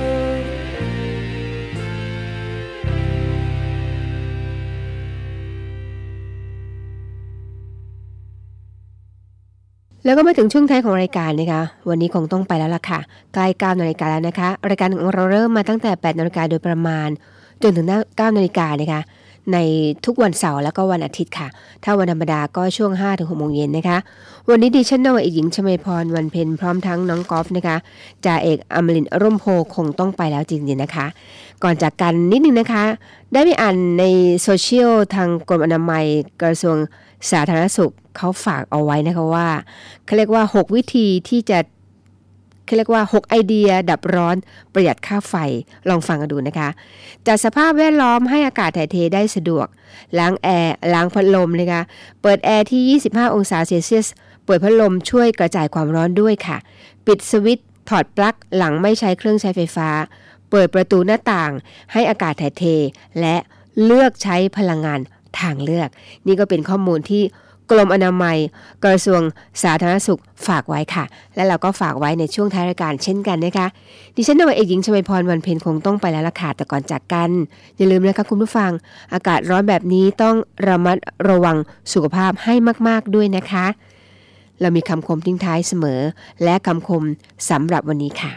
แล้วก็มาถึงช่วงท้ายของรายการนะคะวันนี้คงต้องไปแล้วล่ะค่ะใกล้ 9 นาฬิกาแล้วนะคะรายการของเราเริ่มมาตั้งแต่ 8 นาฬิกาโดยประมาณจนถึง 9 นาฬิกานะคะในทุกวันเสาร์แล้วก็วันอาทิตย์ค่ะถ้าวันธรรมดาก็ช่วง 5-6 โมงเย็นนะคะวันนี้ดิฉันนวเอกหญิงชมาพรวันเพ็ญพร้อมทั้งน้องกอล์ฟนะคะจ่าเอกอมรินทร์ร่มโพคงต้องไปแล้วจริงๆนะคะก่อนจากกันนิดนึงนะคะได้ไปอ่านในโซเชียลทางกรมอนามัยกระทรวงสาธารณสุขเขาฝากเอาไว้นะคะว่าเขาเรียกว่า6วิธีที่จะเขาเรียกว่า6ไอเดียดับร้อนประหยัดค่าไฟลองฟังกันดูนะคะจัดสภาพแวดล้อมให้อากาศถ่ายเทได้สะดวกล้างแอร์ล้างพัดลมนะคะเปิดแอร์ที่25องศาเซลเซียสเปิดพัดลมช่วยกระจายความร้อนด้วยค่ะปิดสวิตช์ถอดปลั๊กหลังไม่ใช้เครื่องใช้ไฟฟ้าเปิดประตูหน้าต่างให้อากาศถ่ายเทและเลือกใช้พลังงานทางเลือกนี่ก็เป็นข้อมูลที่กรมอนามัยกระทรวงสาธารณสุขฝากไว้ค่ะและเราก็ฝากไว้ในช่วงท้ายรายการเช่นกันนะคะดิฉันนวเอกหญิงชมาพรวันเพ็ญคงต้องไปแล้วล่ะค่ะแต่ก่อนจากกันอย่าลืมนะคะคุณผู้ฟังอากาศร้อนแบบนี้ต้องระมัดระวังสุขภาพให้มากๆด้วยนะคะเรามีคำคมทิ้งท้ายเสมอและคำคมสำหรับวันนี้ค่ะ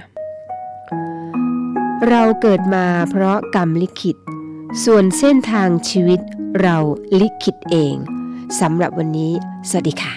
เราเกิดมาเพราะกรรมลิขิตส่วนเส้นทางชีวิตเราลิขิตเองสำหรับวันนี้สวัสดีค่ะ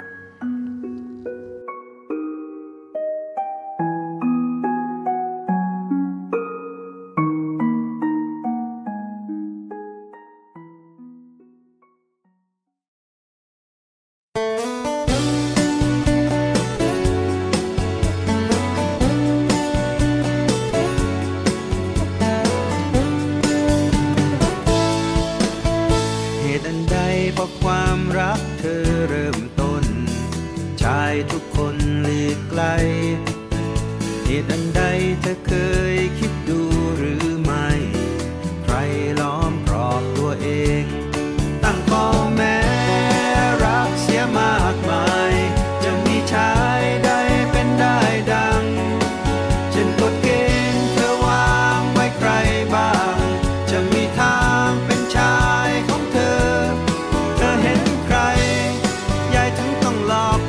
ทุกคนหลีกไกลเหตุอันใดเธอเคยคิดดูหรือไม่ใครล้อมกรอบตัวเองตั้งข้อแม้รักเสียมากมายจะมีชายใดเป็นได้ดังเช่นกฎเกณฑ์เธอวางไว้ใครบ้างจะมีทางเป็นชายของเธอเธอเห็นใครยายถึงต้องหลอก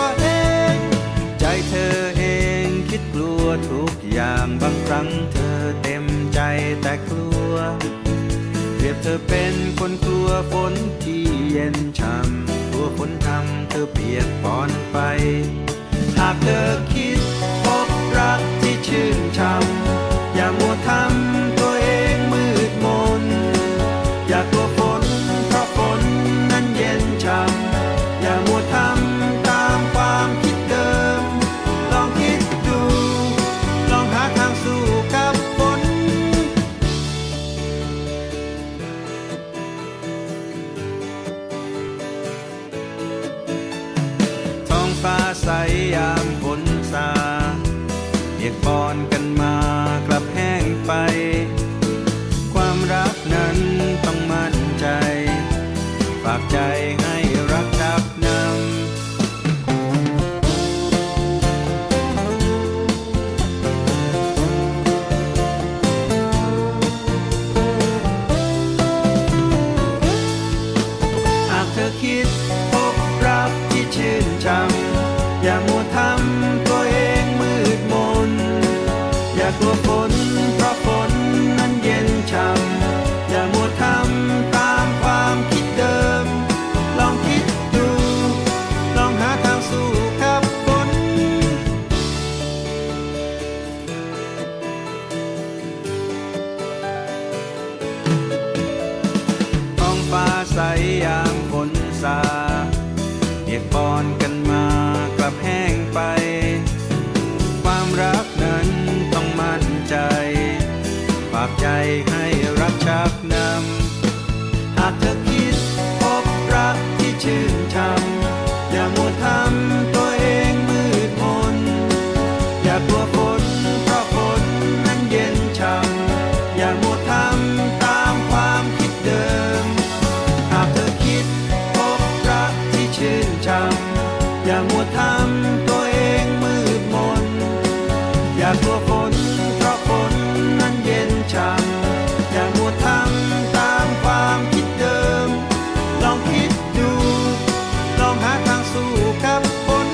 ทุกอย่างบางครั้งเธอเต็มใจแต่กลัวเปรียบเธอเป็นคนกลัวฝนที่เย็นช่ำกลัวฝนทำเธอเปียกปอนไปหากเธอคิดพบรักที่ชื่นช่ำอย่ามัวทำตัวเองมืดมนอย่ากลัวฝนเพราะฝนนั้นเย็นช่ำอย่ามัวทำตามความคิดเดิมลองคิดสู้กับฝนท้องฟ้าใสยามฝนมัวทำตัวเองมืดมนอย่ากลัวฝนเพราะฝนนั้นเย็นช่ำอย่ามัวทำตามความคิดเดิมลองคิดดูลองหาทางสู้กับฝน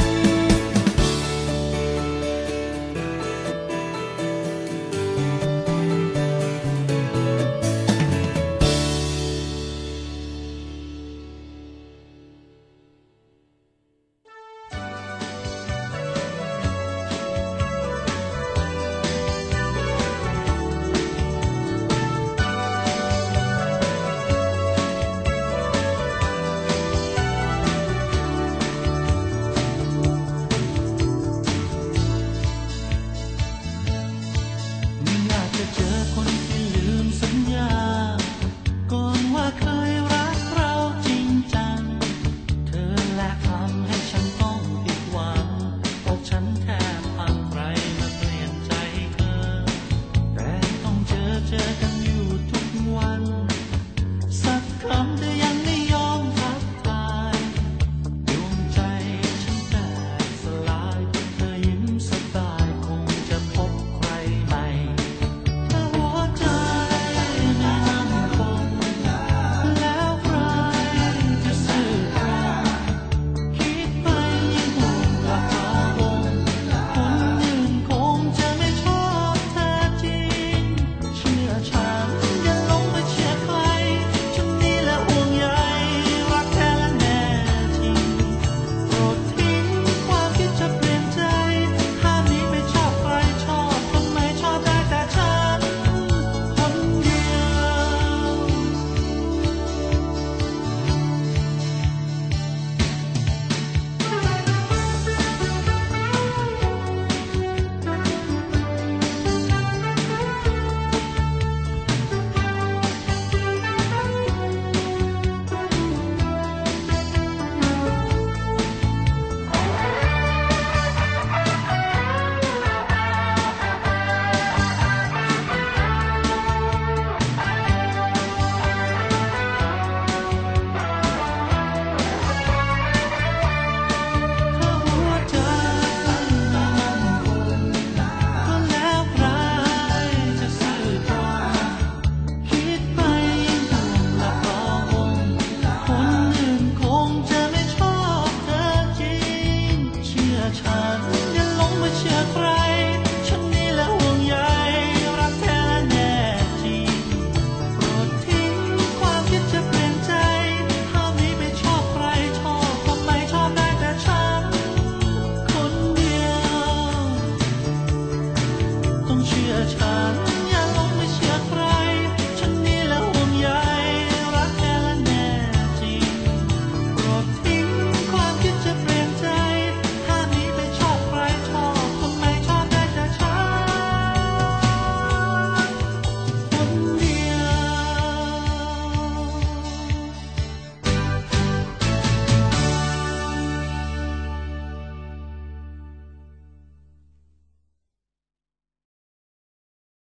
ฉันอย่าหลงมาเชื่อใคร